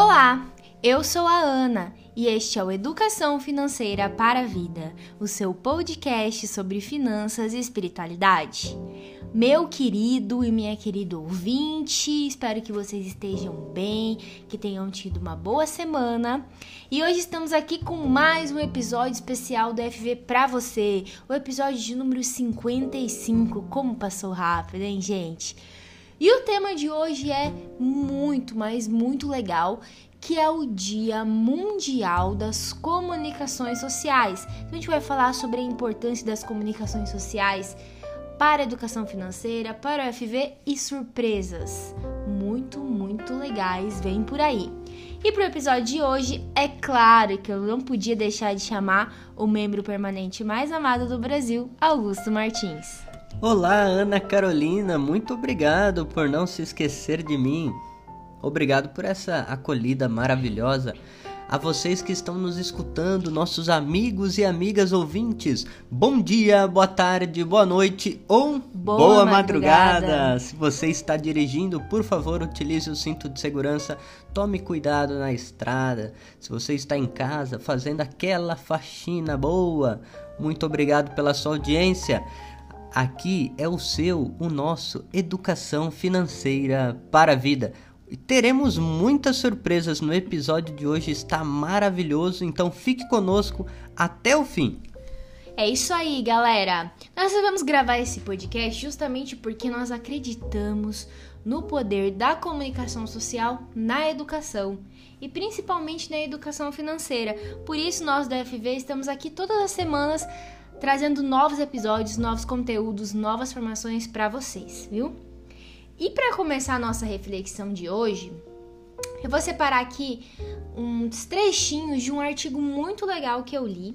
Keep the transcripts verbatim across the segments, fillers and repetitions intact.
Olá, eu sou a Ana e este é o Educação Financeira para a Vida, o seu podcast sobre finanças e espiritualidade. Meu querido e minha querida ouvinte, espero que vocês estejam bem, que tenham tido uma boa semana. E hoje estamos aqui com mais um episódio especial do F V para você, o episódio de número cinquenta e cinco. Como passou rápido, hein, gente? E o tema de hoje é muito, mas muito legal, que é o Dia Mundial das Comunicações Sociais. Então, a gente vai falar sobre a importância das comunicações sociais para a educação financeira, para o F V e surpresas muito, muito legais vêm por aí. E para o episódio de hoje, é claro que eu não podia deixar de chamar o membro permanente mais amado do Brasil, Augusto Martins. Olá, Ana Carolina, muito obrigado por não se esquecer de mim. Obrigado por essa acolhida maravilhosa. A vocês que estão nos escutando, nossos amigos e amigas ouvintes, bom dia, boa tarde, boa noite ou boa, boa madrugada. madrugada. Se você está dirigindo, por favor, utilize o cinto de segurança, tome cuidado na estrada. Se você está em casa fazendo aquela faxina boa, muito obrigado pela sua audiência. Aqui é o seu, o nosso Educação Financeira para a Vida. Teremos muitas surpresas no episódio de hoje, está maravilhoso, então fique conosco até o fim. É isso aí, galera. Nós vamos gravar esse podcast justamente porque nós acreditamos no poder da comunicação social na educação e principalmente na educação financeira. Por isso, nós da F V estamos aqui todas as semanas trazendo novos episódios, novos conteúdos, novas formações para vocês, viu? E para começar a nossa reflexão de hoje, eu vou separar aqui uns trechinhos de um artigo muito legal que eu li,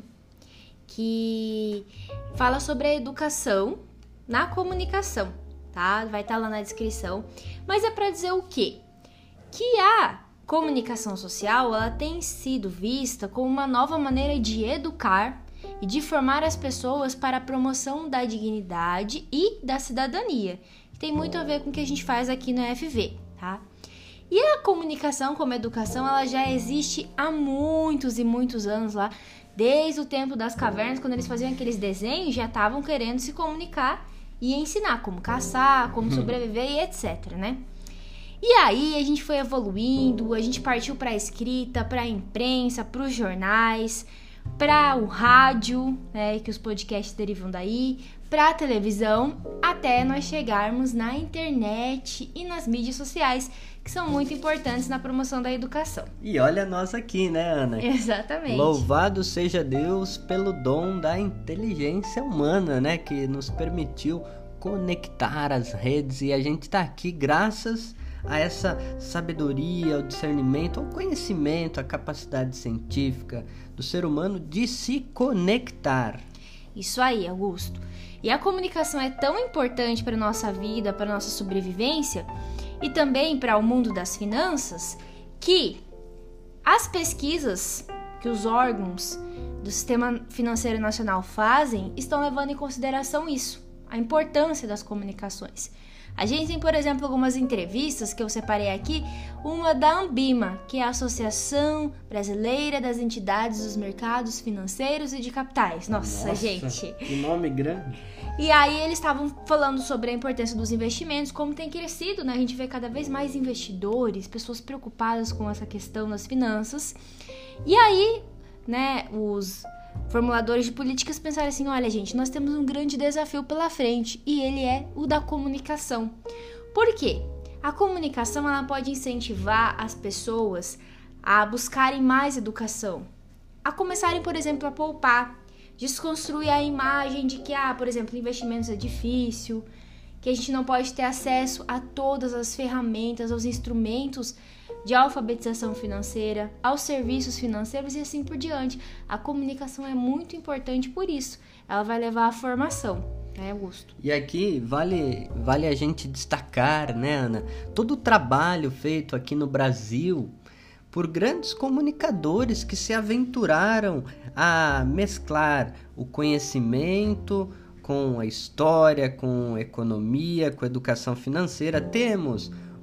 que fala sobre a educação na comunicação, tá? Vai estar lá na descrição. Mas é para dizer o quê? Que a comunicação social, ela tem sido vista como uma nova maneira de educar e de formar as pessoas para a promoção da dignidade e da cidadania, que tem muito a ver com o que a gente faz aqui no F V, tá? E a comunicação como educação, ela já existe há muitos e muitos anos lá, desde o tempo das cavernas, quando eles faziam aqueles desenhos, já estavam querendo se comunicar e ensinar como caçar, como sobreviver e etc, né? E aí a gente foi evoluindo, a gente partiu para a escrita, para a imprensa, para os jornais, para o rádio, né, que os podcasts derivam daí, para a televisão, até nós chegarmos na internet e nas mídias sociais, que são muito importantes na promoção da educação. E olha nós aqui, né, Ana? Exatamente. Louvado seja Deus pelo dom da inteligência humana, né, que nos permitiu conectar as redes, e a gente está aqui graças a essa sabedoria, ao discernimento, ao conhecimento, à capacidade científica do ser humano de se conectar. Isso aí, Augusto. E a comunicação é tão importante para a nossa vida, para a nossa sobrevivência e também para o mundo das finanças, que as pesquisas que os órgãos do Sistema Financeiro Nacional fazem estão levando em consideração isso, a importância das comunicações. A gente tem, por exemplo, algumas entrevistas que eu separei aqui, uma da Ambima, que é a Associação Brasileira das Entidades dos Mercados Financeiros e de Capitais. Nossa, Nossa, gente! Que nome grande! E aí eles estavam falando sobre a importância dos investimentos, como tem crescido, né? A gente vê cada vez mais investidores, pessoas preocupadas com essa questão das finanças. E aí, né, os formuladores de políticas pensaram assim, olha gente, nós temos um grande desafio pela frente e ele é o da comunicação. Por quê? A comunicação, ela pode incentivar as pessoas a buscarem mais educação, a começarem, por exemplo, a poupar, desconstruir a imagem de que, ah, por exemplo, investimentos é difícil, que a gente não pode ter acesso a todas as ferramentas, aos instrumentos de alfabetização financeira, aos serviços financeiros e assim por diante. A comunicação é muito importante por isso. Ela vai levar à formação, né, Augusto? E aqui vale, vale a gente destacar, né, Ana, todo o trabalho feito aqui no Brasil por grandes comunicadores que se aventuraram a mesclar o conhecimento com a história, com a economia, com a educação financeira. Temos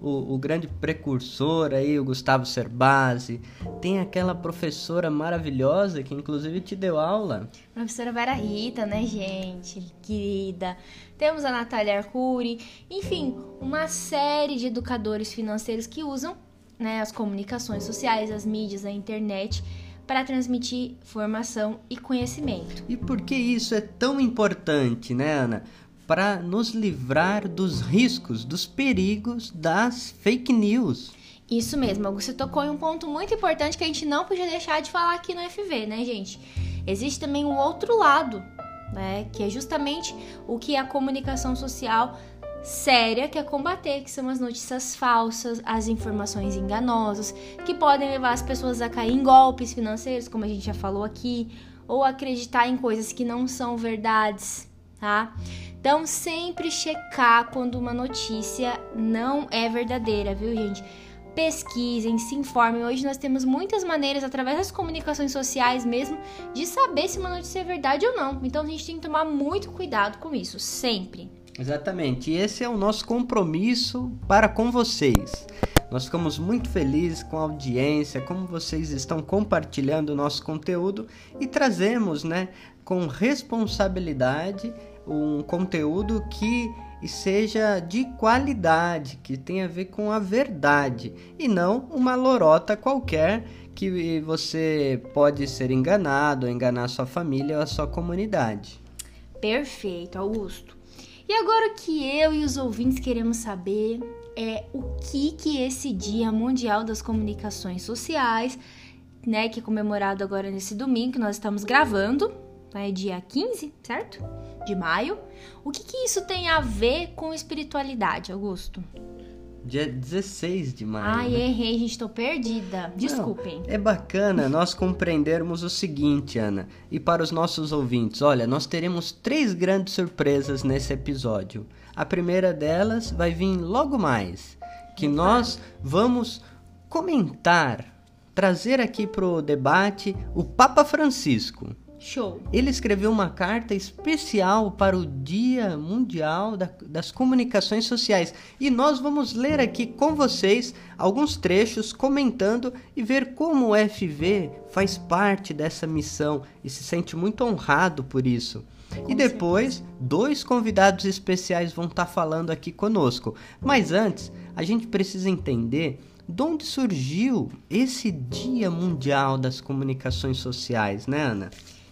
o, o grande precursor aí, o Gustavo Cerbasi. Tem aquela professora maravilhosa que inclusive te deu aula. Professora Vera Rita, né, gente? Querida. Temos a Natália Arcuri. Enfim, uma série de educadores financeiros que usam, né, as comunicações sociais, as mídias, a internet, para transmitir formação e conhecimento. E por que isso é tão importante, né, Ana? Para nos livrar dos riscos, dos perigos das fake news. Isso mesmo, Augusto, você tocou em um ponto muito importante que a gente não podia deixar de falar aqui no F V, né, gente? Existe também um outro lado, né, que é justamente o que a comunicação social séria quer combater, que são as notícias falsas, as informações enganosas, que podem levar as pessoas a cair em golpes financeiros, como a gente já falou aqui, ou acreditar em coisas que não são verdades, tá? Então, sempre checar quando uma notícia não é verdadeira, viu, gente? Pesquisem, se informem. Hoje nós temos muitas maneiras, através das comunicações sociais mesmo, de saber se uma notícia é verdade ou não. Então, a gente tem que tomar muito cuidado com isso, sempre. Exatamente, e esse é o nosso compromisso para com vocês. Nós ficamos muito felizes com a audiência, como vocês estão compartilhando o nosso conteúdo e trazemos, né, com responsabilidade um conteúdo que seja de qualidade, que tenha a ver com a verdade e não uma lorota qualquer que você pode ser enganado ou enganar a sua família ou a sua comunidade. Perfeito, Augusto. E agora o que eu e os ouvintes queremos saber é o que que esse Dia Mundial das Comunicações Sociais, né, que é comemorado agora nesse domingo, que nós estamos gravando, né, dia quinze, certo? De maio. O que que isso tem a ver com espiritualidade, Augusto? Dia dezesseis de maio. Ai, né? errei, gente, tô perdida. Desculpem. Não, é bacana nós compreendermos o seguinte, Ana, e para os nossos ouvintes, olha, nós teremos três grandes surpresas nesse episódio. A primeira delas vai vir logo mais, que nós vamos comentar, trazer aqui para o debate o Papa Francisco. Show! Ele escreveu uma carta especial para o Dia Mundial da, das Comunicações Sociais e nós vamos ler aqui com vocês alguns trechos comentando e ver como o F V faz parte dessa missão e se sente muito honrado por isso. Com e depois, certeza. Dois convidados especiais vão estar falando aqui conosco. Mas antes, a gente precisa entender de onde surgiu esse Dia Mundial das Comunicações Sociais, né, Ana?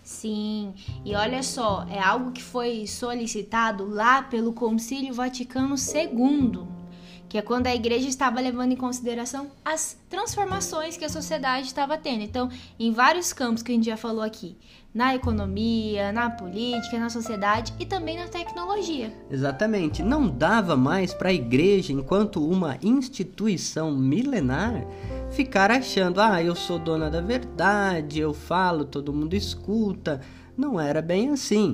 Sim, e olha só, é algo que foi solicitado lá pelo Concílio Vaticano segundo, que é quando a igreja estava levando em consideração as transformações que a sociedade estava tendo. Então, em vários campos que a gente já falou aqui, na economia, na política, na sociedade e também na tecnologia. Exatamente, não dava mais para a igreja, enquanto uma instituição milenar, ficar achando, ah, eu sou dona da verdade, eu falo, todo mundo escuta. Não era bem assim.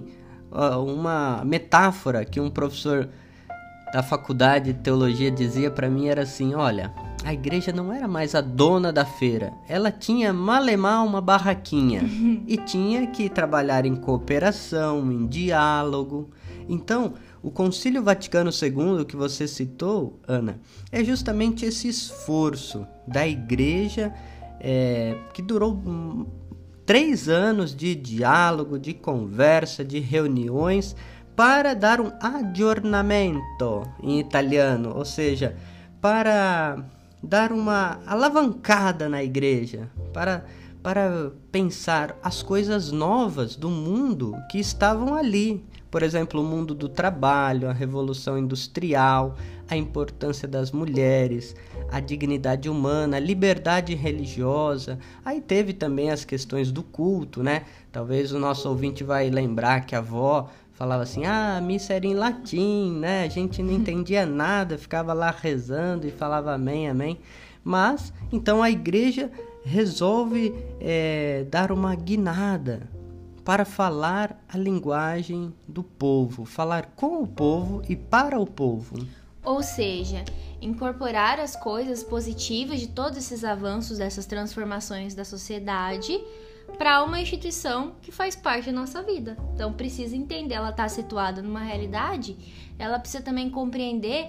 Uma metáfora que um professor da faculdade de teologia dizia para mim era assim, olha, a igreja não era mais a dona da feira, ela tinha malemar uma barraquinha e tinha que trabalhar em cooperação, em diálogo. Então, o Concílio Vaticano segundo, que você citou, Ana, é justamente esse esforço da igreja é, que durou hum, três anos de diálogo, de conversa, de reuniões, para dar um aggiornamento em italiano, ou seja, para dar uma alavancada na igreja, para, para pensar as coisas novas do mundo que estavam ali. Por exemplo, o mundo do trabalho, a revolução industrial, a importância das mulheres, a dignidade humana, a liberdade religiosa. Aí teve também as questões do culto, né? Talvez o nosso ouvinte vai lembrar que a avó falava assim, ah, a missa era em latim, né? A gente não entendia nada, ficava lá rezando e falava amém, amém. Mas, então a igreja resolve é, dar uma guinada para falar a linguagem do povo, falar com o povo e para o povo. Ou seja, incorporar as coisas positivas de todos esses avanços, dessas transformações da sociedade para uma instituição que faz parte da nossa vida. Então precisa entender, ela está situada numa realidade, ela precisa também compreender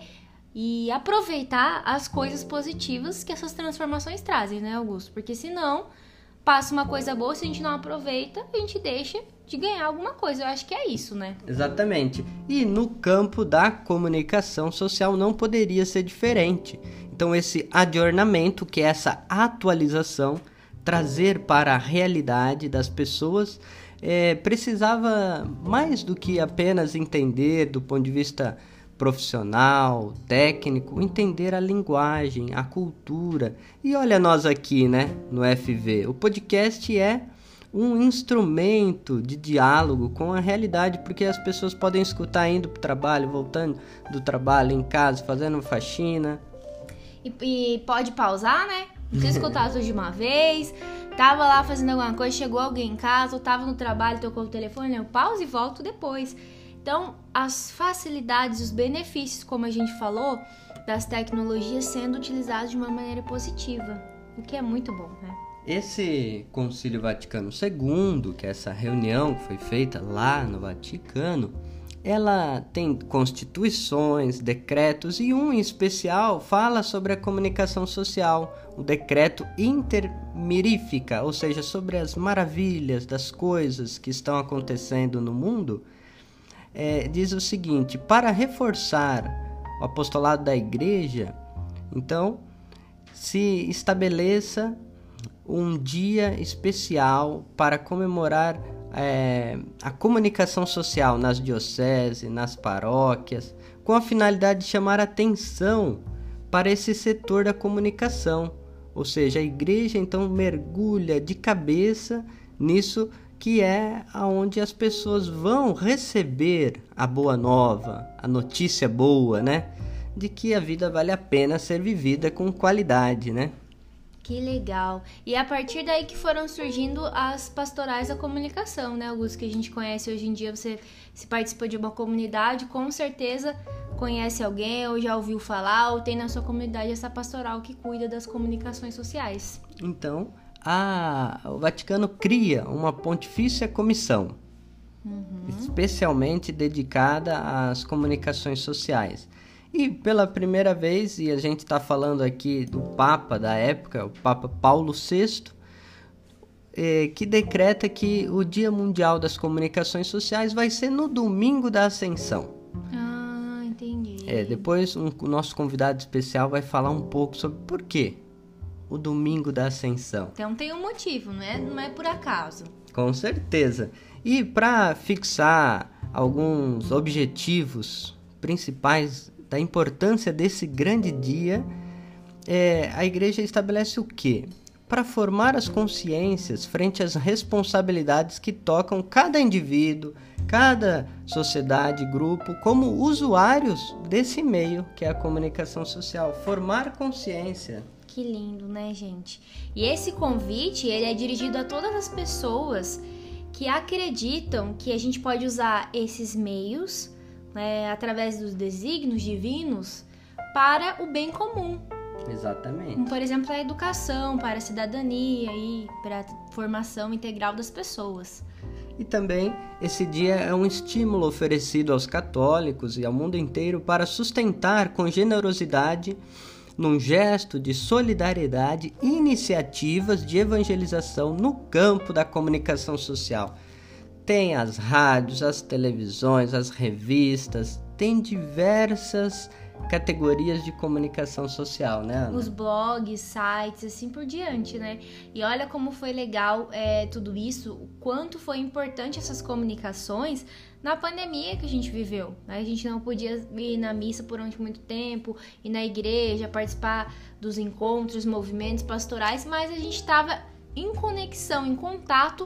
e aproveitar as coisas positivas que essas transformações trazem, né, Augusto? Porque senão passa uma coisa boa, se a gente não aproveita, a gente deixa de ganhar alguma coisa. Eu acho que é isso, né? Exatamente. E no campo da comunicação social não poderia ser diferente. Então esse adornamento, que é essa atualização, trazer para a realidade das pessoas, é, precisava mais do que apenas entender do ponto de vista profissional, técnico, entender a linguagem, a cultura. E olha nós aqui, né, no F V. O podcast é um instrumento de diálogo com a realidade, porque as pessoas podem escutar indo para o trabalho, voltando do trabalho, em casa, fazendo faxina. E, e pode pausar, né? Não precisa escutar tudo de uma vez. Tava lá fazendo alguma coisa, chegou alguém em casa, ou tava no trabalho, tocou o telefone, eu pauso e volto depois. Então, as facilidades, os benefícios, como a gente falou, das tecnologias sendo utilizadas de uma maneira positiva, o que é muito bom, né? Esse Concílio Vaticano segundo, que é essa reunião que foi feita lá no Vaticano, ela tem constituições, decretos, e um em especial fala sobre a comunicação social, o decreto Intermirifica, ou seja, sobre as maravilhas das coisas que estão acontecendo no mundo. É, diz o seguinte: para reforçar o apostolado da igreja, então se estabeleça um dia especial para comemorar é, a comunicação social nas dioceses, nas paróquias, com a finalidade de chamar atenção para esse setor da comunicação. Ou seja, a igreja então mergulha de cabeça nisso, que é aonde as pessoas vão receber a boa nova, a notícia boa, né? De que a vida vale a pena ser vivida com qualidade, né? Que legal. E é a partir daí que foram surgindo as pastorais da comunicação, né, Augusto? Que a gente conhece hoje em dia. Você se participa de uma comunidade, com certeza conhece alguém ou já ouviu falar, ou tem na sua comunidade essa pastoral que cuida das comunicações sociais. Então, a, o Vaticano cria uma pontifícia comissão, uhum. especialmente dedicada às comunicações sociais. E pela primeira vez, e a gente está falando aqui do Papa da época, o Papa Paulo sexto, eh, que decreta que o Dia Mundial das Comunicações Sociais vai ser no domingo da Ascensão. Ah, entendi. É, depois um, o nosso convidado especial vai falar um pouco sobre por quê o domingo da Ascensão. Então tem um motivo, não é, não é por acaso. Com certeza. E para fixar alguns objetivos principais da importância desse grande dia, é, a igreja estabelece o quê? Para formar as consciências frente às responsabilidades que tocam cada indivíduo, cada sociedade, grupo, como usuários desse meio que é a comunicação social. Formar consciência. Que lindo, né, gente? E esse convite, ele é dirigido a todas as pessoas que acreditam que a gente pode usar esses meios, né, através dos desígnios divinos, para o bem comum. Exatamente. Como, por exemplo, a educação, para a cidadania e para a formação integral das pessoas. E também esse dia é um estímulo oferecido aos católicos e ao mundo inteiro para sustentar com generosidade, num gesto de solidariedade, iniciativas de evangelização no campo da comunicação social. Tem as rádios, as televisões, as revistas, tem diversas categorias de comunicação social, né, Ana? Os blogs, sites, assim por diante, né? E olha como foi legal é, tudo isso, o quanto foi importante essas comunicações na pandemia que a gente viveu, né? A gente não podia ir na missa por muito tempo, ir na igreja, participar dos encontros, movimentos pastorais, mas a gente estava em conexão, em contato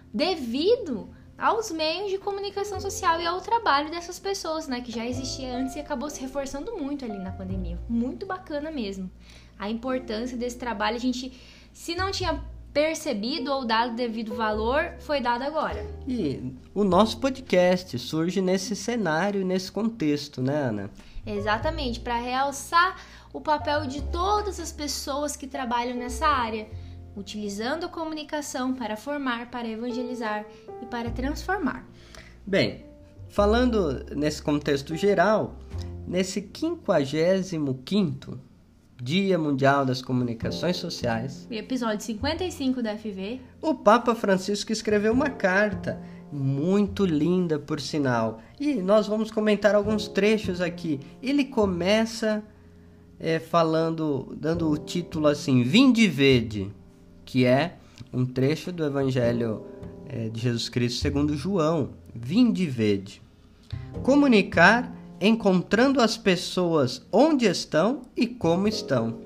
devido aos meios de comunicação social e ao trabalho dessas pessoas, né, que já existia antes e acabou se reforçando muito ali na pandemia. Muito bacana mesmo. A importância desse trabalho, a gente, se não tinha percebido ou dado devido valor, foi dado agora. E o nosso podcast surge nesse cenário, nesse contexto, né, Ana? Exatamente, para realçar o papel de todas as pessoas que trabalham nessa área, utilizando a comunicação para formar, para evangelizar e para transformar. Bem, falando nesse contexto geral, nesse quinquagésimo quinto Dia Mundial das Comunicações Sociais, episódio cinquenta e cinco da F V, o Papa Francisco escreveu uma carta muito linda, por sinal. E nós vamos comentar alguns trechos aqui. Ele começa é, falando, dando o título assim, Vinde e Vede, que é um trecho do Evangelho é, de Jesus Cristo segundo João. Vinde e Vede. Comunicar encontrando as pessoas onde estão e como estão.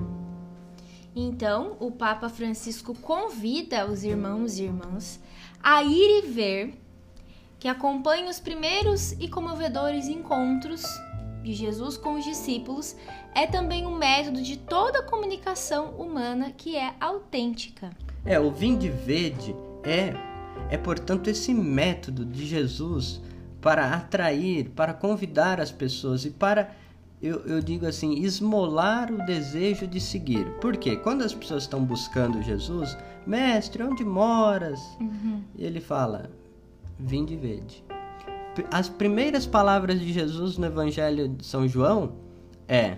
Então, o Papa Francisco convida os irmãos e irmãs a ir e ver, que acompanhem os primeiros e comovedores encontros de Jesus com os discípulos. É também um método de toda a comunicação humana que é autêntica. É, o Vinde e Vede é, é, portanto, esse método de Jesus para atrair, para convidar as pessoas e para, eu, eu digo assim, esmolar o desejo de seguir. Por quê? Quando as pessoas estão buscando Jesus, mestre, onde moras? Uhum. Ele fala, vinde e vede. As primeiras palavras de Jesus no Evangelho de São João é,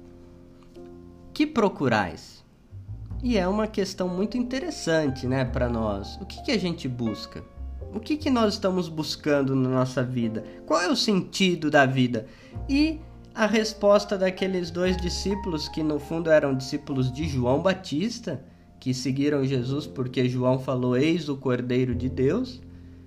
que procurais? E é uma questão muito interessante, né, para nós. O que, que a gente busca? O que, que nós estamos buscando na nossa vida? Qual é o sentido da vida? E a resposta daqueles dois discípulos, que no fundo eram discípulos de João Batista, que seguiram Jesus porque João falou, eis o Cordeiro de Deus.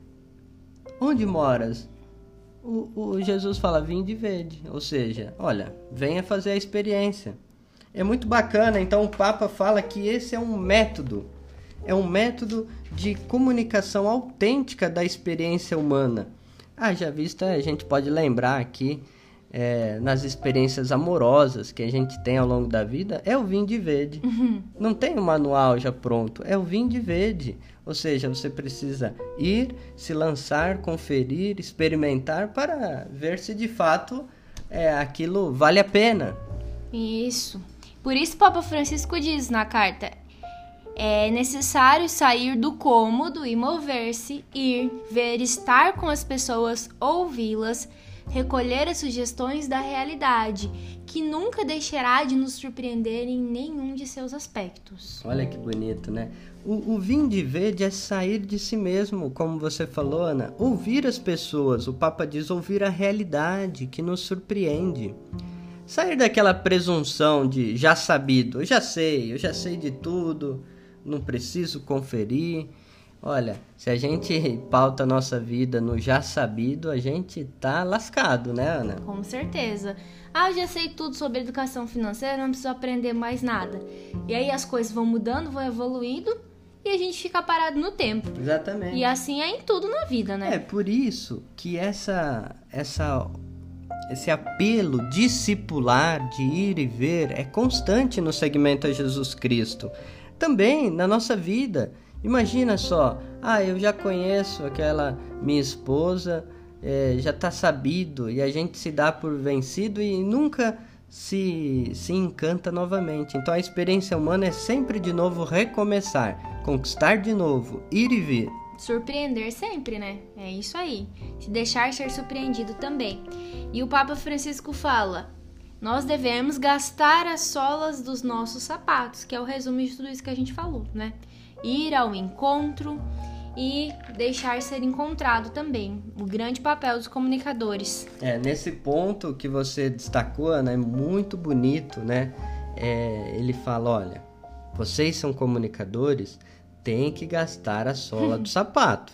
Onde moras? O, o Jesus fala, vinde e vede. Ou seja, olha, venha fazer a experiência. É muito bacana, então o Papa fala que esse é um método. É um método de comunicação autêntica da experiência humana. Ah, já vista, a gente pode lembrar aqui, é, nas experiências amorosas que a gente tem ao longo da vida, é o vinde e vede. Uhum. Não tem um manual já pronto, é o vinde e vede. Ou seja, você precisa ir, se lançar, conferir, experimentar para ver se de fato é, aquilo vale a pena. Isso. Por isso o Papa Francisco diz na carta, é necessário sair do cômodo e mover-se, ir, ver, estar com as pessoas, ouvi-las, recolher as sugestões da realidade, que nunca deixará de nos surpreender em nenhum de seus aspectos. Olha que bonito, né? O, o vinde e vede é sair de si mesmo, como você falou, Ana. Ouvir as pessoas, o Papa diz, ouvir a realidade que nos surpreende. Sair daquela presunção de já sabido, eu já sei, eu já sei de tudo, não preciso conferir. Olha, se a gente pauta a nossa vida no já sabido, a gente tá lascado, né, Ana? Com certeza. Ah, eu já sei tudo sobre educação financeira, não preciso aprender mais nada. E aí as coisas vão mudando, vão evoluindo e a gente fica parado no tempo. Exatamente. E assim é em tudo na vida, né? É por isso que essa, essa, esse apelo discipular de ir e ver é constante no segmento a Jesus Cristo. Também na nossa vida. Imagina só, ah, eu já conheço aquela minha esposa, é, já está sabido, e a gente se dá por vencido e nunca se, se encanta novamente. Então a experiência humana é sempre de novo recomeçar, conquistar de novo, ir e vir. Surpreender sempre, né? É isso aí. Se deixar ser surpreendido também. E o Papa Francisco fala, nós devemos gastar as solas dos nossos sapatos, que é o resumo de tudo isso que a gente falou, né? Ir ao encontro e deixar ser encontrado também. O grande papel dos comunicadores. É, nesse ponto que você destacou, Ana, é muito bonito, né? É, ele fala, olha, vocês são comunicadores, têm que gastar a sola do sapato.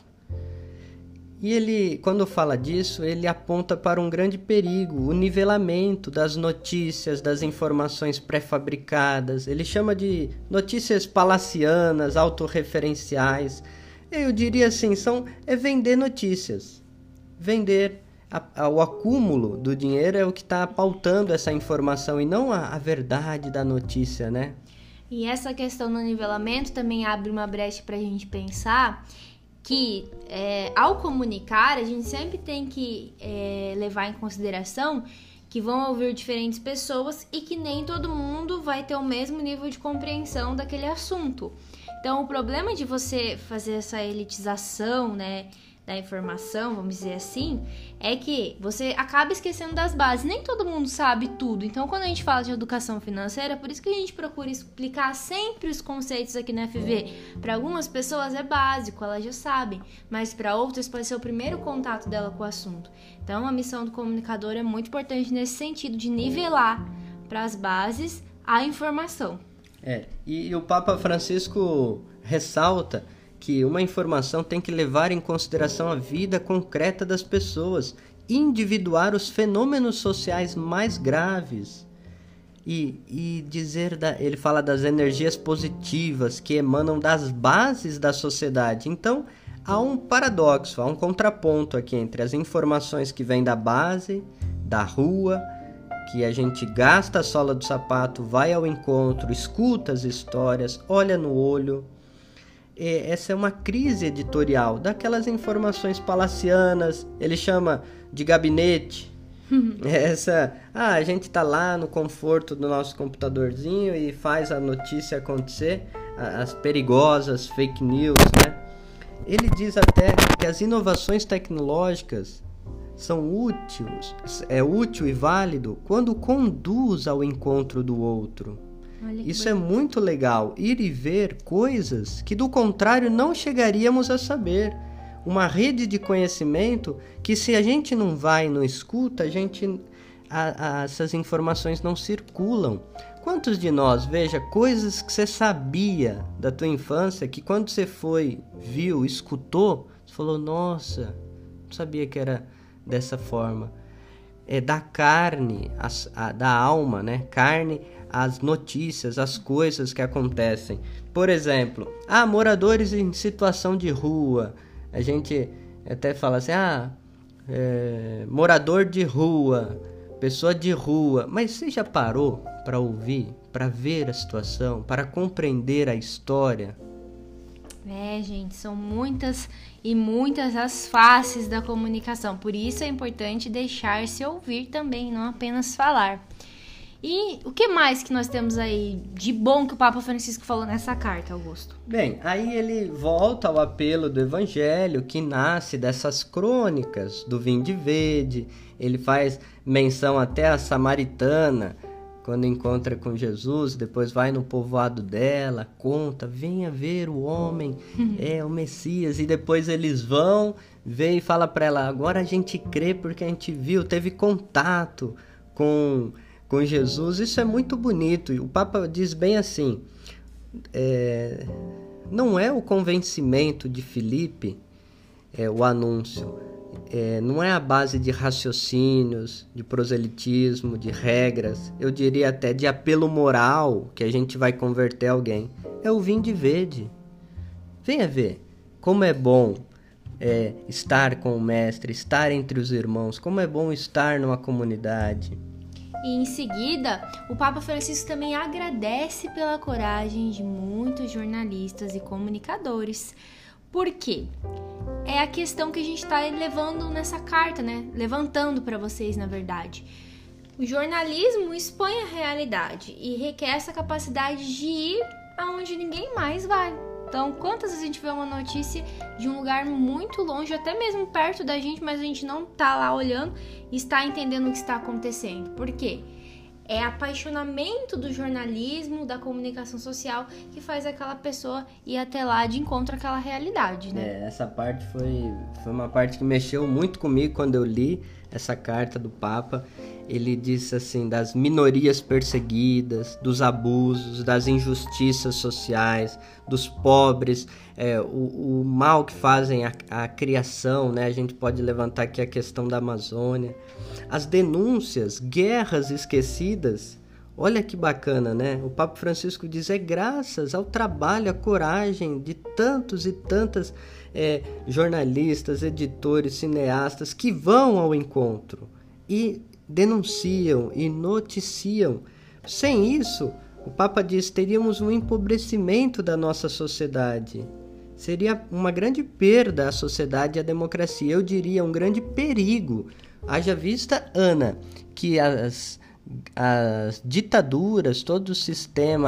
E ele, quando fala disso, ele aponta para um grande perigo, o nivelamento das notícias, das informações pré-fabricadas. Ele chama de notícias palacianas, autorreferenciais. Eu diria assim, são, é vender notícias. Vender a, a, o acúmulo do dinheiro é o que está pautando essa informação e não a, a verdade da notícia, né? E essa questão do nivelamento também abre uma brecha para a gente pensar que é, ao comunicar, a gente sempre tem que é, levar em consideração que vão ouvir diferentes pessoas e que nem todo mundo vai ter o mesmo nível de compreensão daquele assunto. Então, o problema de você fazer essa elitização, né, da informação, vamos dizer assim, é que você acaba esquecendo das bases. Nem todo mundo sabe tudo. Então, quando a gente fala de educação financeira, é por isso que a gente procura explicar sempre os conceitos aqui na F V. Para algumas pessoas é básico, elas já sabem, mas para outras pode ser o primeiro contato dela com o assunto. Então, a missão do comunicador é muito importante nesse sentido de nivelar para as bases a informação. É, e, e o Papa Francisco ressalta que uma informação tem que levar em consideração a vida concreta das pessoas, individuar os fenômenos sociais mais graves e, e dizer, da, ele fala das energias positivas que emanam das bases da sociedade. Então, há um paradoxo, há um contraponto aqui entre as informações que vêm da base, da rua, que a gente gasta a sola do sapato, vai ao encontro, escuta as histórias, olha no olho. Essa é uma crise editorial daquelas informações palacianas, ele chama de gabinete. Essa, ah, a gente tá lá no conforto do nosso computadorzinho e faz a notícia acontecer, as perigosas fake news, né? Ele diz até que as inovações tecnológicas são úteis, é útil e válido quando conduz ao encontro do outro. Isso é muito legal, ir e ver coisas que do contrário não chegaríamos a saber. Uma rede de conhecimento que se a gente não vai e não escuta, a gente, a, a, essas informações não circulam. Quantos de nós, veja, coisas que você sabia da tua infância, que quando você foi, viu, escutou, você falou, nossa, não sabia que era dessa forma. É da carne, as, a, da alma, né? Carne, as notícias, as coisas que acontecem. Por exemplo, ah, moradores em situação de rua. A gente até fala assim, ah, é, morador de rua, pessoa de rua. Mas você já parou para ouvir, para ver a situação, para compreender a história? É, gente, são muitas e muitas as faces da comunicação. Por isso é importante deixar-se ouvir também, não apenas falar. E o que mais que nós temos aí de bom que o Papa Francisco falou nessa carta, Augusto? Bem, aí ele volta ao apelo do Evangelho, que nasce dessas crônicas do Vinde Vede. Ele faz menção até à samaritana, quando encontra com Jesus, depois vai no povoado dela, conta, venha ver o homem, é o Messias. E depois eles vão, vê e fala para ela, agora a gente crê porque a gente viu, teve contato com... com Jesus. Isso é muito bonito, e o Papa diz bem assim, é, não é o convencimento de Filipe, é, o anúncio, é, não é a base de raciocínios, de proselitismo, de regras, eu diria até de apelo moral que a gente vai converter alguém, é o Vinde Vede. Venha ver como é bom é, estar com o Mestre, estar entre os irmãos, como é bom estar numa comunidade. E em seguida, o Papa Francisco também agradece pela coragem de muitos jornalistas e comunicadores. Por quê? É a questão que a gente está levando nessa carta, né? Levantando para vocês, na verdade. O jornalismo expõe a realidade e requer essa capacidade de ir aonde ninguém mais vai. Então, quantas vezes a gente vê uma notícia de um lugar muito longe, até mesmo perto da gente, mas a gente não tá lá olhando e está entendendo o que está acontecendo. Por quê? É apaixonamento do jornalismo, da comunicação social, que faz aquela pessoa ir até lá de encontro àquela realidade, né? É, essa parte foi, foi uma parte que mexeu muito comigo quando eu li essa carta do Papa. Ele disse assim, das minorias perseguidas, dos abusos, das injustiças sociais, dos pobres, é, o, o mal que fazem a, a criação, né? A gente pode levantar aqui a questão da Amazônia, as denúncias, guerras esquecidas. Olha que bacana, né? O Papa Francisco diz, é graças ao trabalho, à coragem de tantos e tantas é, jornalistas, editores, cineastas que vão ao encontro e denunciam e noticiam. Sem isso, o Papa diz, teríamos um empobrecimento da nossa sociedade. Seria uma grande perda à sociedade e à democracia. Eu diria um grande perigo. Haja vista, Ana, que as, as ditaduras, todo o sistema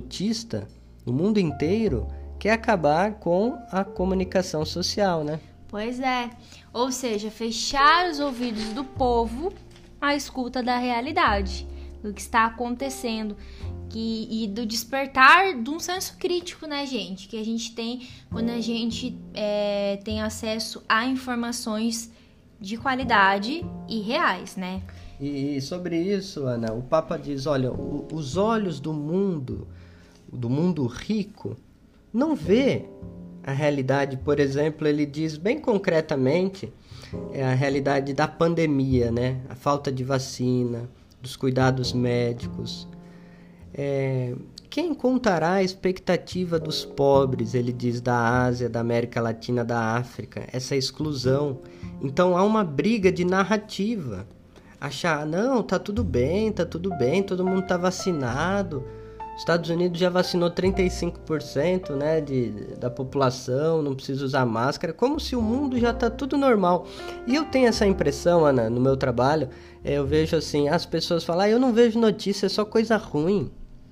absolutista no mundo inteiro quer acabar com a comunicação social, né? Pois é, ou seja, fechar os ouvidos do povo à escuta da realidade, do que está acontecendo que, e do despertar de um senso crítico, né, gente? Que a gente tem quando a gente é, tem acesso a informações de qualidade e reais, né? E sobre isso, Ana, o Papa diz, olha, o, os olhos do mundo, do mundo rico, não vê a realidade. Por exemplo, ele diz bem concretamente é a realidade da pandemia, né? A falta de vacina, dos cuidados médicos. É, quem contará a expectativa dos pobres, ele diz, da Ásia, da América Latina, da África, essa exclusão. Então há uma briga de narrativa. Achar, não, tá tudo bem, tá tudo bem, todo mundo tá vacinado. Os Estados Unidos já vacinou trinta e cinco por cento, né, de, da população, não precisa usar máscara, como se o mundo já tá tudo normal. E eu tenho essa impressão, Ana, no meu trabalho, eu vejo assim, as pessoas falam, ah, eu não vejo notícia, é só coisa ruim.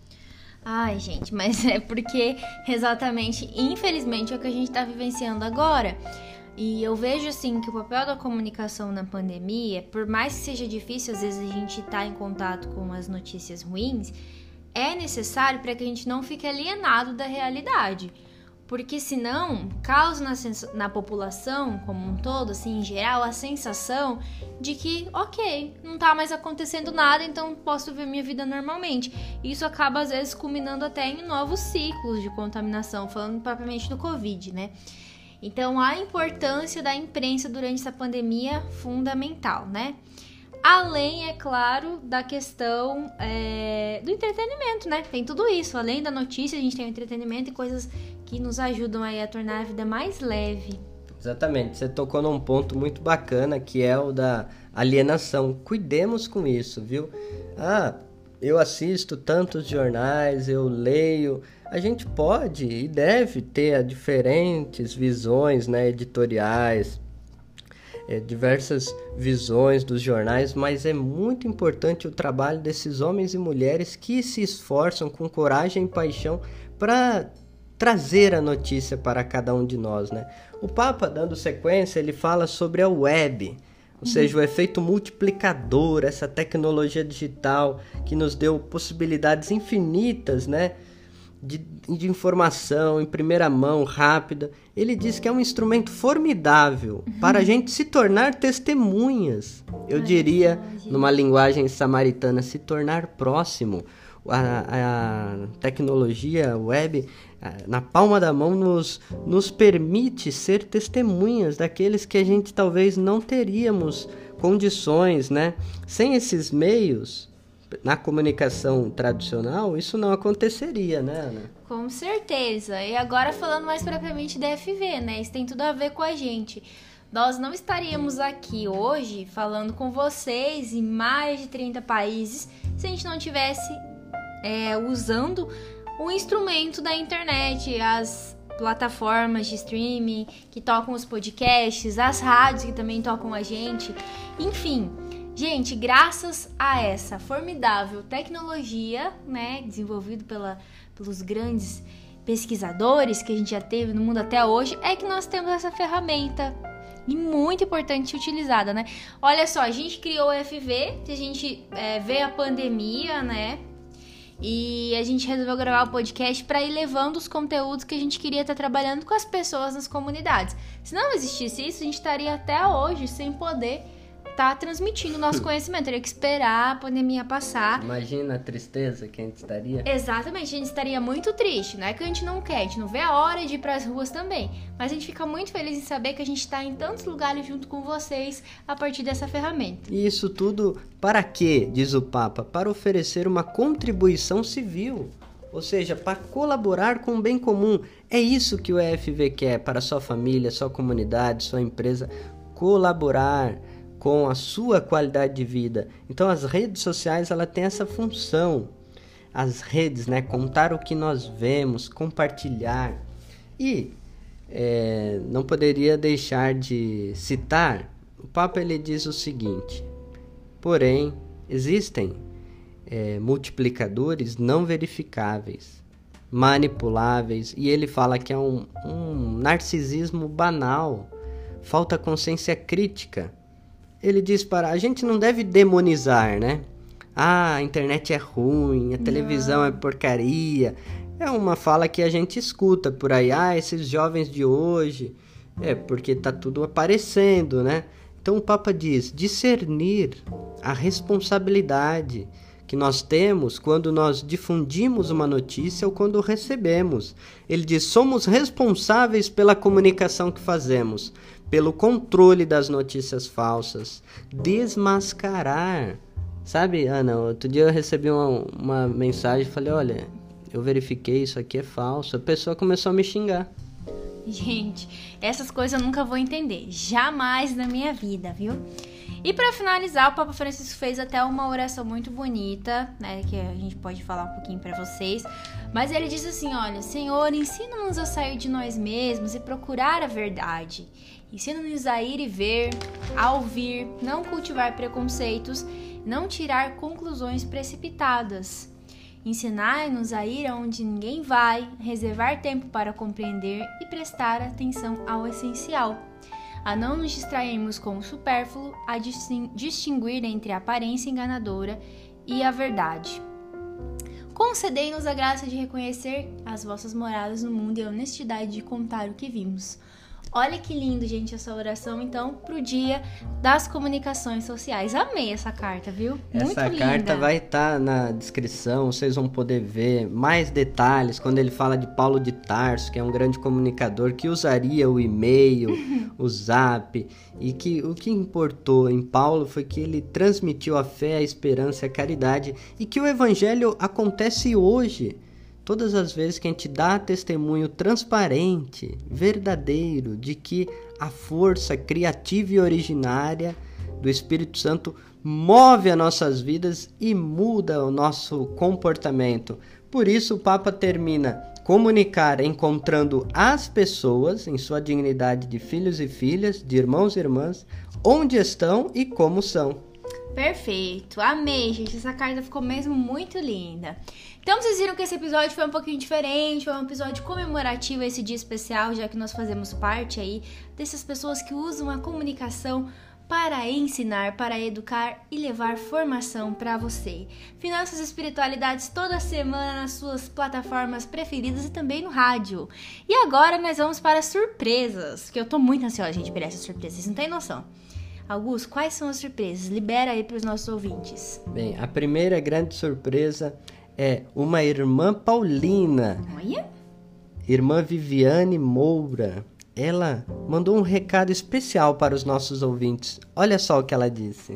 Ai, gente, mas é porque exatamente, infelizmente, é o que a gente tá vivenciando agora. E eu vejo, assim, que o papel da comunicação na pandemia, por mais que seja difícil, às vezes, a gente tá em contato com as notícias ruins, é necessário para que a gente não fique alienado da realidade. Porque senão, causa na, sens- na população como um todo, assim, em geral, a sensação de que, ok, não tá mais acontecendo nada, então posso viver minha vida normalmente. Isso acaba, às vezes, culminando até em novos ciclos de contaminação, falando propriamente do Covid, né? Então, a importância da imprensa durante essa pandemia é fundamental, né? Além, é claro, da questão é, do entretenimento, né? Tem tudo isso. Além da notícia, a gente tem o entretenimento e coisas que nos ajudam aí a tornar a vida mais leve. Exatamente. Você tocou num ponto muito bacana, que é o da alienação. Cuidemos com isso, viu? Ah, eu assisto tantos jornais, eu leio... A gente pode e deve ter diferentes visões, né, editoriais, é, diversas visões dos jornais, mas é muito importante o trabalho desses homens e mulheres que se esforçam com coragem e paixão para trazer a notícia para cada um de nós, né? O Papa, dando sequência, ele fala sobre a web, ou seja, o efeito multiplicador, essa tecnologia digital que nos deu possibilidades infinitas, né? De, de informação em primeira mão, rápida. Ele diz que é um instrumento formidável uhum. para a gente se tornar testemunhas. Eu Ai, diria, numa linguagem samaritana, se tornar próximo. A, a tecnologia, a web, na palma da mão, nos, nos permite ser testemunhas daqueles que a gente talvez não teríamos condições, né? Sem esses meios, na comunicação tradicional, isso não aconteceria, né, Ana? Com certeza. E agora falando mais propriamente da F V, né? Isso tem tudo a ver com a gente. Nós não estaríamos aqui hoje falando com vocês em mais de trinta países se a gente não tivesse é, usando o instrumento da internet, as plataformas de streaming que tocam os podcasts, as rádios que também tocam a gente, enfim... Gente, graças a essa formidável tecnologia, né, desenvolvida pela, pelos grandes pesquisadores que a gente já teve no mundo até hoje, é que nós temos essa ferramenta e muito importante utilizada, né? Olha só, a gente criou o F V, a gente é, vê a pandemia, né? E a gente resolveu gravar o podcast para ir levando os conteúdos que a gente queria estar trabalhando com as pessoas nas comunidades. Se não existisse isso, a gente estaria até hoje sem poder tá transmitindo o nosso conhecimento, teria que esperar a pandemia passar. Imagina a tristeza que a gente estaria. Exatamente, a gente estaria muito triste, não é que a gente não quer, a gente não vê a hora de ir pras ruas também, mas a gente fica muito feliz em saber que a gente tá em tantos lugares junto com vocês a partir dessa ferramenta. E isso tudo para quê, diz o Papa? Para oferecer uma contribuição civil, ou seja, para colaborar com o bem comum. É isso que o E F V quer para sua família, sua comunidade, sua empresa, colaborar com a sua qualidade de vida. Então as redes sociais, ela tem essa função. As redes, né? Contar o que nós vemos, compartilhar. E é, não poderia deixar de citar, o Papa ele diz o seguinte: porém, existem é, multiplicadores não verificáveis, manipuláveis, e ele fala que é um, um narcisismo banal, falta consciência crítica. Ele diz para a gente não deve demonizar, né? Ah, a internet é ruim, a televisão não. é porcaria. É uma fala que a gente escuta por aí. Ah, esses jovens de hoje. É, porque tá tudo aparecendo, né? Então o Papa diz, discernir a responsabilidade que nós temos quando nós difundimos uma notícia ou quando recebemos. Ele diz, somos responsáveis pela comunicação que fazemos, pelo controle das notícias falsas, desmascarar. Sabe, Ana, outro dia eu recebi uma, uma mensagem e falei, olha, eu verifiquei, isso aqui é falso. A pessoa começou a me xingar. Gente, essas coisas eu nunca vou entender, jamais na minha vida, viu? E para finalizar, o Papa Francisco fez até uma oração muito bonita, né, que a gente pode falar um pouquinho para vocês, mas ele diz assim, olha, Senhor, ensina-nos a sair de nós mesmos e procurar a verdade. Ensina-nos a ir e ver, a ouvir, não cultivar preconceitos, não tirar conclusões precipitadas. Ensinai-nos a ir aonde ninguém vai, reservar tempo para compreender e prestar atenção ao essencial, a não nos distrairmos com o supérfluo, a distinguir entre a aparência enganadora e a verdade. Concedei-nos a graça de reconhecer as vossas moradas no mundo e a honestidade de contar o que vimos. Olha que lindo, gente, essa oração, então, pro dia das comunicações sociais. Amei essa carta, viu? Muito essa linda. Carta vai estar tá na descrição, vocês vão poder ver mais detalhes quando ele fala de Paulo de Tarso, que é um grande comunicador que usaria o e-mail, o zap, e que o que importou em Paulo foi que ele transmitiu a fé, a esperança e a caridade, e que o evangelho acontece hoje. Todas as vezes que a gente dá testemunho transparente, verdadeiro, de que a força criativa e originária do Espírito Santo move as nossas vidas e muda o nosso comportamento. Por isso o Papa termina comunicar encontrando as pessoas em sua dignidade de filhos e filhas, de irmãos e irmãs, onde estão e como são. Perfeito, amei, gente, essa carta ficou mesmo muito linda. Então vocês viram que esse episódio foi um pouquinho diferente, foi um episódio comemorativo a esse dia especial, já que nós fazemos parte aí dessas pessoas que usam a comunicação para ensinar, para educar e levar formação para você. Finanças e espiritualidades toda semana nas suas plataformas preferidas e também no rádio. E agora nós vamos para as surpresas, que eu tô muito ansiosa, gente, por essas surpresas, vocês não têm noção. Augusto, quais são as surpresas? Libera aí para os nossos ouvintes. Bem, a primeira grande surpresa é uma irmã Paulina. Olha. Irmã Viviane Moura. Ela mandou um recado especial para os nossos ouvintes. Olha só o que ela disse.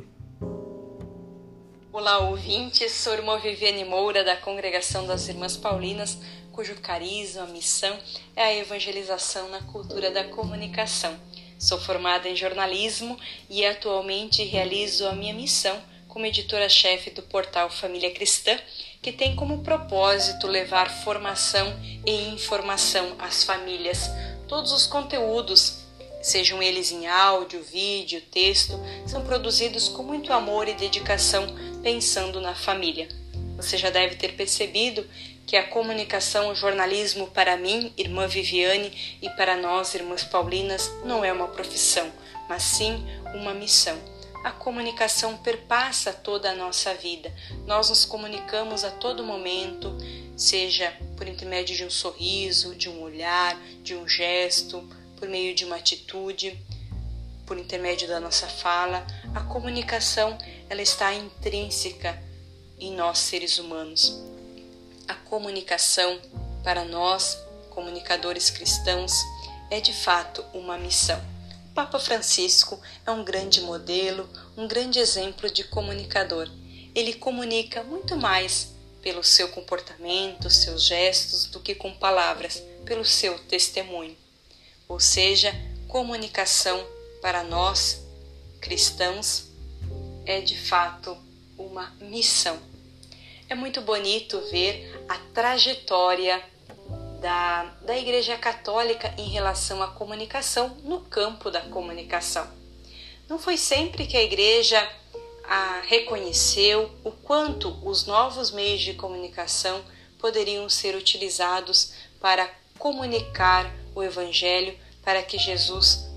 Olá, ouvintes. Sou a irmã Viviane Moura, da Congregação das Irmãs Paulinas, cujo carisma, missão é a evangelização na cultura da comunicação. Sou formada em jornalismo e atualmente realizo a minha missão como editora-chefe do portal Família Cristã, que tem como propósito levar formação e informação às famílias. Todos os conteúdos, sejam eles em áudio, vídeo, texto, são produzidos com muito amor e dedicação, pensando na família. Você já deve ter percebido que a comunicação, o jornalismo, para mim, irmã Viviane, e para nós, irmãs Paulinas, não é uma profissão, mas sim uma missão. A comunicação perpassa toda a nossa vida. Nós nos comunicamos a todo momento, seja por intermédio de um sorriso, de um olhar, de um gesto, por meio de uma atitude, por intermédio da nossa fala. A comunicação, ela está intrínseca em nós, seres humanos. A comunicação, para nós, comunicadores cristãos, é de fato uma missão. O Papa Francisco é um grande modelo, um grande exemplo de comunicador. Ele comunica muito mais pelo seu comportamento, seus gestos, do que com palavras, pelo seu testemunho. Ou seja, comunicação para nós, cristãos, é de fato uma missão. É muito bonito ver a trajetória da, da Igreja Católica em relação à comunicação no campo da comunicação. Não foi sempre que a Igreja a reconheceu o quanto os novos meios de comunicação poderiam ser utilizados para comunicar o Evangelho, para que Jesus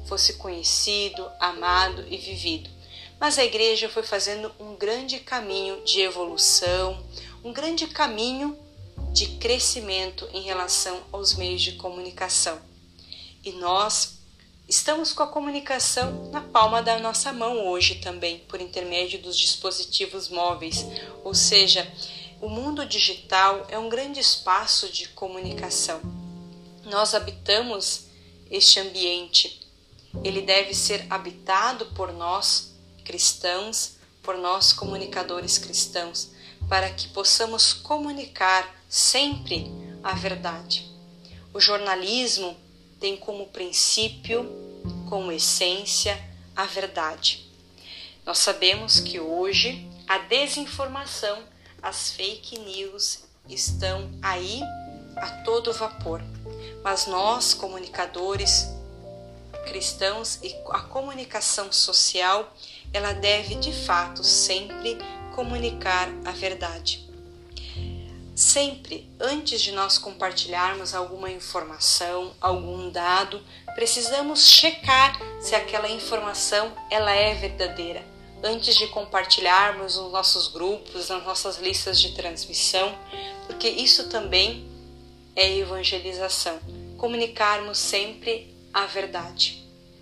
fosse conhecido, amado e vivido. Mas a igreja foi fazendo um grande caminho de evolução, um grande caminho de crescimento em relação aos meios de comunicação. E nós estamos com a comunicação na palma da nossa mão hoje também, por intermédio dos dispositivos móveis, ou seja, o mundo digital é um grande espaço de comunicação. Nós habitamos este ambiente. Ele deve ser habitado por nós cristãos, por nós comunicadores cristãos, para que possamos comunicar sempre a verdade. O jornalismo tem como princípio, como essência, a verdade. Nós sabemos que hoje a desinformação, as fake news estão aí a todo vapor. Mas nós, comunicadores cristãos, e a comunicação social, ela deve de fato sempre comunicar a verdade. Sempre, antes de nós compartilharmos alguma informação, algum dado, precisamos checar se aquela informação ela é verdadeira. Antes de compartilharmos nos nossos grupos, nas nossas listas de transmissão, porque isso também é evangelização. Comunicarmos sempre a verdade.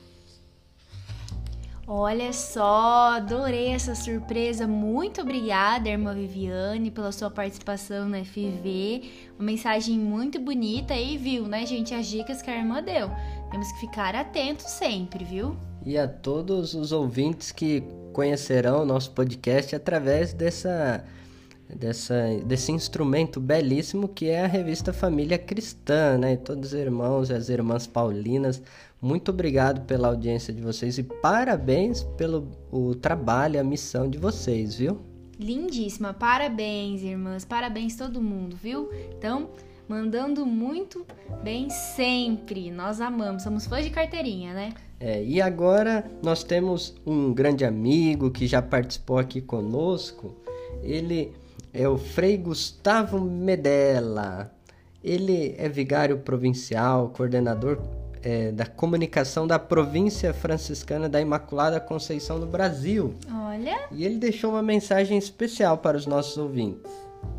Olha só, adorei essa surpresa. Muito obrigada, irmã Viviane, pela sua participação no F V. Uma mensagem muito bonita aí, viu, né, gente? As dicas que a irmã deu. Temos que ficar atentos sempre, viu? E a todos os ouvintes que conhecerão o nosso podcast através dessa, dessa, desse instrumento belíssimo que é a revista Família Cristã, né? E todos os irmãos e as irmãs paulinas, muito obrigado pela audiência de vocês e parabéns pelo o trabalho, a missão de vocês, viu? Lindíssima, parabéns, irmãs, parabéns todo mundo, viu? Então, mandando muito bem sempre, nós amamos, somos fãs de carteirinha, né? É, e agora nós temos um grande amigo que já participou aqui conosco, ele é o Frei Gustavo Medella, ele é vigário provincial, coordenador É, da comunicação da província franciscana da Imaculada Conceição do Brasil. Olha! E ele deixou uma mensagem especial para os nossos ouvintes.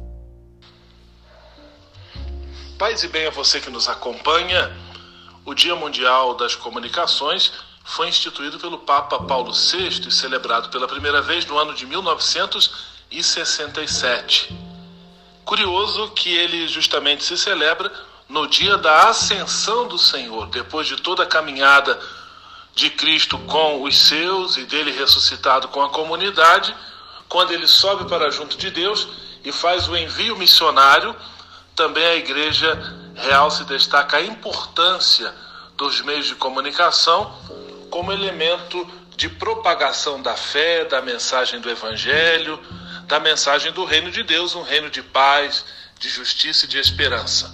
Paz e bem a você que nos acompanha. O Dia Mundial das Comunicações foi instituído pelo Papa Paulo sexto e celebrado pela primeira vez no ano de mil novecentos e sessenta e sete. Curioso que ele justamente se celebra no dia da ascensão do Senhor, depois de toda a caminhada de Cristo com os seus e dele ressuscitado com a comunidade, quando ele sobe para junto de Deus e faz o envio missionário, também a Igreja Real se destaca a importância dos meios de comunicação como elemento de propagação da fé, da mensagem do Evangelho, da mensagem do reino de Deus, um reino de paz, de justiça e de esperança.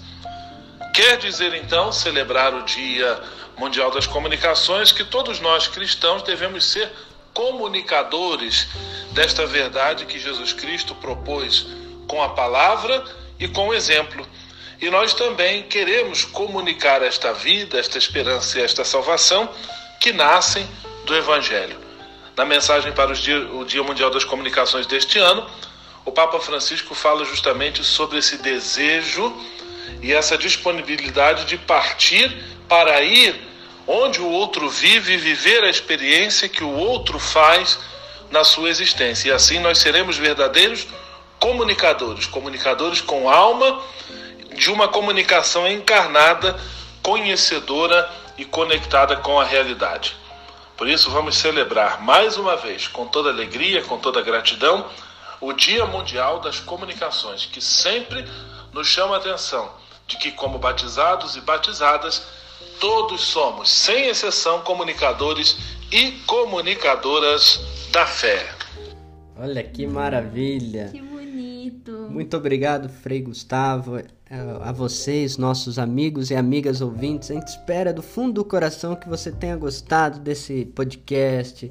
Quer dizer, então, celebrar o Dia Mundial das Comunicações, que todos nós cristãos devemos ser comunicadores desta verdade que Jesus Cristo propôs com a palavra e com o exemplo. E nós também queremos comunicar esta vida, esta esperança e esta salvação que nascem do Evangelho. Na mensagem para os dia, o Dia Mundial das Comunicações deste ano, o Papa Francisco fala justamente sobre esse desejo e essa disponibilidade de partir para ir onde o outro vive e viver a experiência que o outro faz na sua existência. E assim nós seremos verdadeiros comunicadores, comunicadores com alma, de uma comunicação encarnada, conhecedora e conectada com a realidade. Por isso vamos celebrar mais uma vez, com toda alegria, com toda gratidão, o Dia Mundial das Comunicações, que sempre nos chama a atenção de que, como batizados e batizadas, todos somos, sem exceção, comunicadores e comunicadoras da fé. Olha que maravilha! Que bonito! Muito obrigado, Frei Gustavo, a vocês, nossos amigos e amigas ouvintes. A gente espera do fundo do coração que você tenha gostado desse podcast,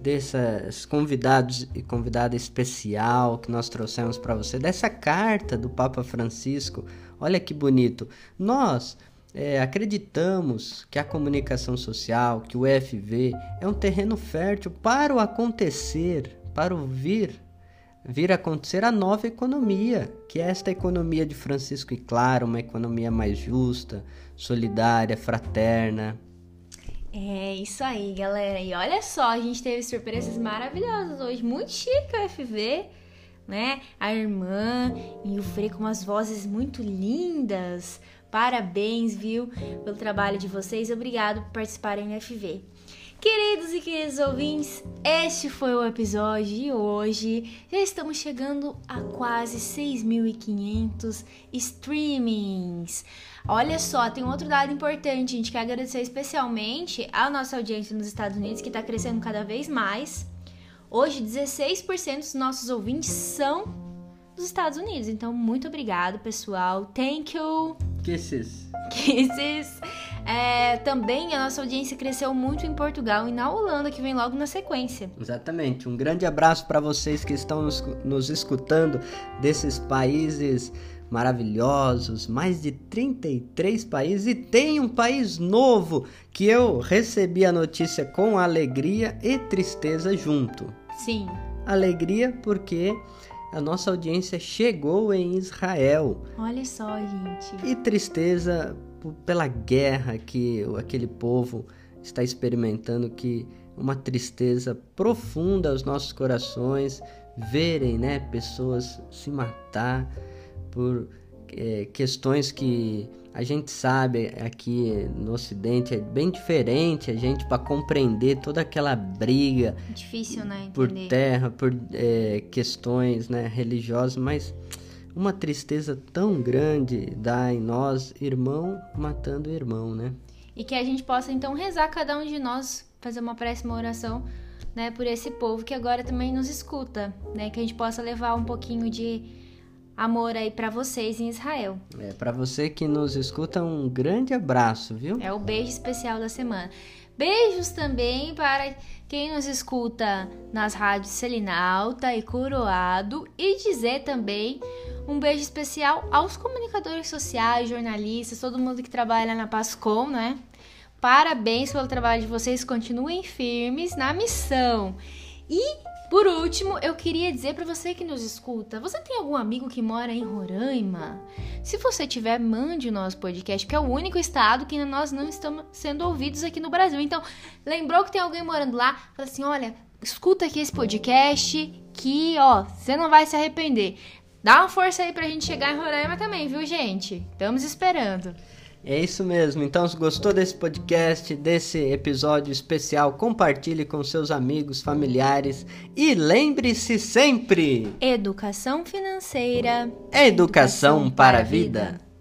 desses convidados e convidada especial que nós trouxemos para você, dessa carta do Papa Francisco. Olha que bonito. Nós é, acreditamos que a comunicação social, que o E F V é um terreno fértil para o acontecer, para o vir, vir a acontecer a nova economia, que é esta economia de Francisco e Clara, uma economia mais justa, solidária, fraterna. É isso aí, galera. E olha só, a gente teve surpresas maravilhosas hoje. Muito chique o E F V, né? A irmã e o Frei com umas vozes muito lindas. Parabéns, viu, pelo trabalho de vocês. Obrigado por participarem do F V. Queridos e queridos ouvintes, este foi o episódio de hoje. Já estamos chegando a quase seis mil e quinhentos streamings. Olha só, tem um outro dado importante. A gente quer agradecer especialmente a nossa audiência nos Estados Unidos, que está crescendo cada vez mais. Hoje, dezesseis por cento dos nossos ouvintes são dos Estados Unidos. Então, muito obrigado, pessoal. Thank you. Kisses. Kisses. É, também a nossa audiência cresceu muito em Portugal e na Holanda, que vem logo na sequência. Exatamente. Um grande abraço para vocês que estão nos, nos escutando desses países maravilhosos, mais de trinta e três países, e tem um país novo que eu recebi a notícia com alegria e tristeza junto. Sim. Alegria porque a nossa audiência chegou em Israel. Olha só, gente. E tristeza pela guerra que aquele povo está experimentando, que uma tristeza profunda aos nossos corações, verem, né, pessoas se matar por é, questões que a gente sabe aqui no Ocidente é bem diferente, a gente para compreender toda aquela briga difícil, né, entender. Por terra, por é, questões, né, religiosas, mas uma tristeza tão grande dá em nós, irmão matando irmão, né? E que a gente possa então rezar, cada um de nós, fazer uma prece, uma oração, né, por esse povo que agora também nos escuta, né, que a gente possa levar um pouquinho de amor aí pra vocês em Israel. É, pra você que nos escuta, um grande abraço, viu? É o beijo especial da semana. Beijos também para quem nos escuta nas rádios Selinalta e Coroado, e dizer também um beijo especial aos comunicadores sociais, jornalistas, todo mundo que trabalha na Pascom, né? Parabéns pelo trabalho de vocês, continuem firmes na missão. E, por último, eu queria dizer para você que nos escuta, você tem algum amigo que mora em Roraima? Se você tiver, mande o nosso podcast, porque é o único estado que nós não estamos sendo ouvidos aqui no Brasil. Então, lembrou que tem alguém morando lá? Fala assim, olha, escuta aqui esse podcast que, ó, você não vai se arrepender. Dá uma força aí pra gente chegar em Roraima também, viu, gente? Estamos esperando. É isso mesmo. Então, se gostou desse podcast, desse episódio especial, compartilhe com seus amigos, familiares e lembre-se sempre: educação financeira é educação, educação para a vida. vida.